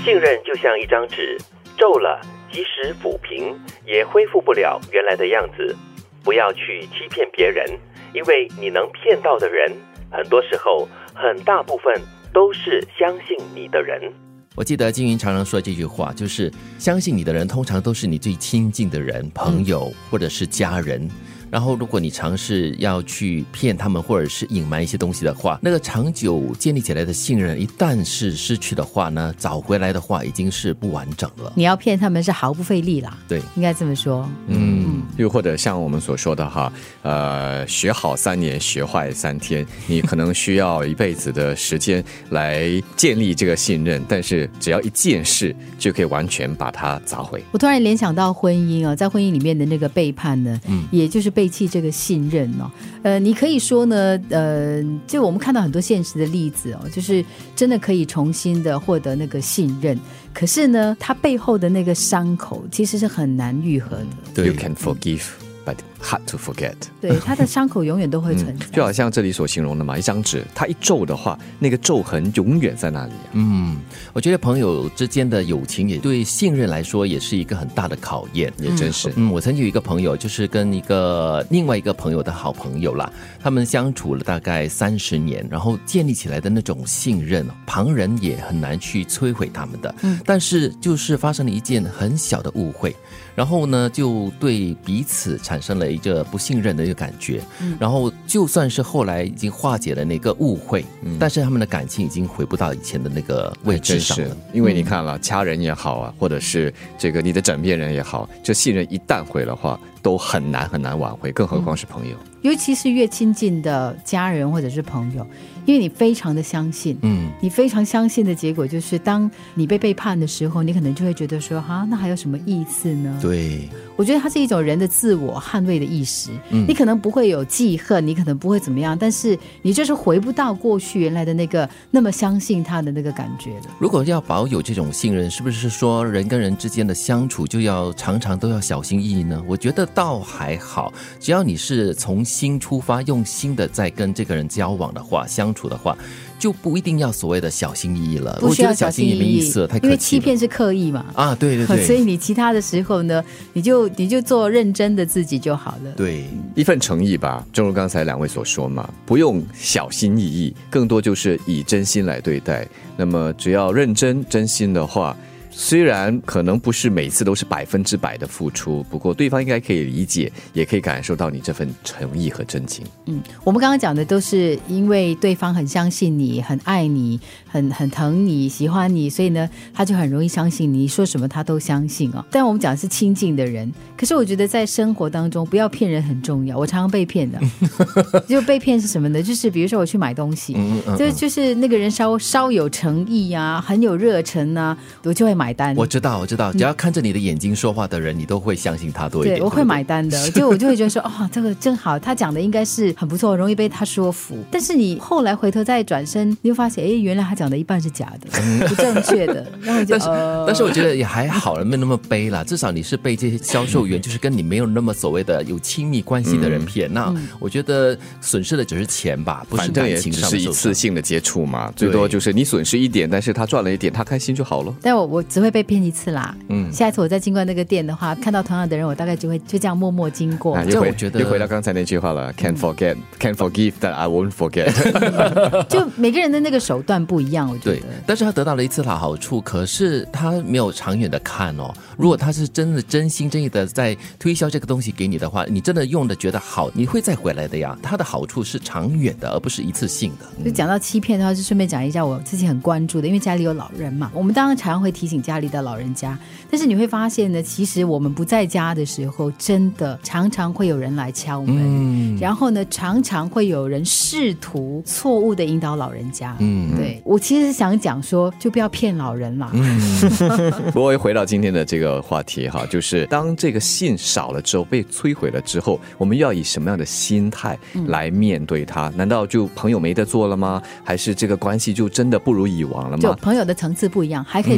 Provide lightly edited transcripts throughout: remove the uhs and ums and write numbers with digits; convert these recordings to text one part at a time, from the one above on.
信任就像一张纸，皱了即使抚平也恢复不了原来的样子。不要去欺骗别人，因为你能骗到的人，很多时候很大部分都是相信你的人。 我记得金云常常说这句话，就是相信你的人通常都是你最亲近的人，朋友或者是家人。然后如果你尝试要去骗他们或者是隐瞒一些东西的话，那个长久建立起来的信任一旦是失去的话呢，找回来的话已经是不完整了。 你要骗他们是毫不费力啦， 对， 应该这么说。 又或者像我们所说的哈，学好3年，学坏3天，你可能需要一辈子的时间来建立这个信任，但是只要一件事就可以完全把它砸毁。 我突然联想到婚姻哦，在婚姻里面的那个背叛呢，也就是背弃这个信任哦。你可以说呢，就我们看到很多现实的例子哦，就是真的可以重新的获得那个信任，可是呢，它背后的那个伤口其实是很难愈合的。 对 You can forgive, but hard to forget. 对，它的伤口永远都会存在。 就好像这里所形容的嘛，一张纸，它一皱的话，那个皱痕永远在那里。 我觉得朋友之间的友情也对信任来说也是一个很大的考验， 也真是。 我曾经有一个朋友，就是跟另外一个朋友的好朋友啦，他们相处了大概30年，然后建立起来的那种信任，旁人也很难去摧毁他们的。但是就是发生了一件很小的误会，然后呢，就对彼此产生了一个不信任的一个感觉。然后就算是后来已经化解了那个误会，但是他们的感情已经回不到以前的那个位置上了。 因为你看了，家人也好啊，或者是这个你的枕边人也好，这信任一旦毁的话，都很难挽回，更何况是朋友。 尤其是越亲近的家人或者是朋友，因为你非常的相信，你非常相信的结果就是，当你被背叛的时候，你可能就会觉得说，那还有什么意思呢？ 对， 我觉得它是一种人的自我捍卫的意识。你可能不会有记恨，你可能不会怎么样，但是你就是回不到过去原来的那个那么相信他的那个感觉了。 如果要保有这种信任，是不是说人跟人之间的相处就要常常都要小心翼翼呢？我觉得倒还好，只要你是从心出发，用心的在跟这个人交往的话，相处的话，就不一定要所谓的小心翼翼了。 不需要小心翼翼， 我觉得小心翼翼没意思了，太客气了。 因为欺骗是刻意嘛。 对对对。 所以你其他的时候呢，你就做认真的自己就好了。 对， 一份诚意吧，正如刚才2位所说嘛，不用小心翼翼，更多就是以真心来对待。那么只要认真真心的话，虽然可能不是每次都是100%的付出，不过对方应该可以理解，也可以感受到你这份诚意和真情。 我们刚刚讲的都是因为对方很相信你，很爱你，很疼你，喜欢你，所以呢，他就很容易相信你说什么他都相信哦。但我们讲的是亲近的人，可是我觉得在生活当中不要骗人很重要。我常常被骗的，就被骗是什么呢？就是比如说我去买东西，就是那个人稍有诚意啊，很有热忱啊，我就会买单。 我知道，只要看着你的眼睛说话的人，你都会相信他多一点。 对，我会买单的。我就会觉得说，这个真好，他讲的应该是很不错，容易被他说服。但是你后来回头再转身，你就发现，原来他讲的一半是假的，不正确的。然后但是我觉得也还好了，没那么悲啦。至少你是被这些销售员，就是跟你没有那么所谓的有亲密关系的人骗。那我觉得损失的只是钱吧，不是感情上的受伤。 反正也只是一次性的接触嘛，最多就是你损失一点，但是他赚了一点，他开心就好了。 但我只会被骗一次啦。下一次我再经过那个店的话，看到同样的人，我大概就这样默默经过。 又回到刚才那句话了 ，Can't forgive that I won't forget 。 就每个人的那个手段不一样，我觉得。 对，但是他得到了一次好处，可是他没有长远的看哦。如果他是真的真心真意的在推销这个东西给你的话，你真的用的觉得好，你会再回来的呀。它的好处是长远的，而不是一次性的。 就讲到欺骗的话，就顺便讲一下我自己很关注的，因为家里有老人嘛，我们当然常常会提醒家里的老人家，但是你会发现呢，其实我们不在家的时候，真的常常会有人来敲门，然后呢，常常会有人试图错误的引导老人家。对，我其实想讲说，就不要骗老人啦。 不过回到今天的这个话题哈，就是当这个信少了之后，被摧毁了之后，我们要以什么样的心态来面对它？难道就朋友没得做了吗？还是这个关系就真的不如以往了吗？ 就朋友的层次不一样，还可以做朋友，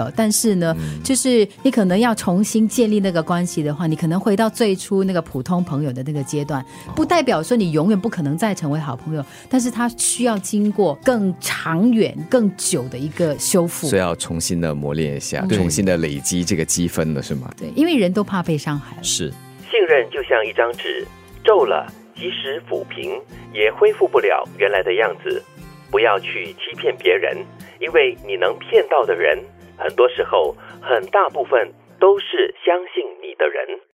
了，但是呢，就是你可能要重新建立那个关系的话，你可能回到最初那个普通朋友的那个阶段，不代表说你永远不可能再成为好朋友，但是它需要经过更长远更久的一个修复， 所以要重新的磨练一下，重新的累积这个积分了，是吗？ 对，因为人都怕被伤害。 是， 信任就像一张纸，皱了即使抚平也恢复不了原来的样子。不要去欺骗别人，因为你能骗到的人，很多时候很大部分都是相信你的人。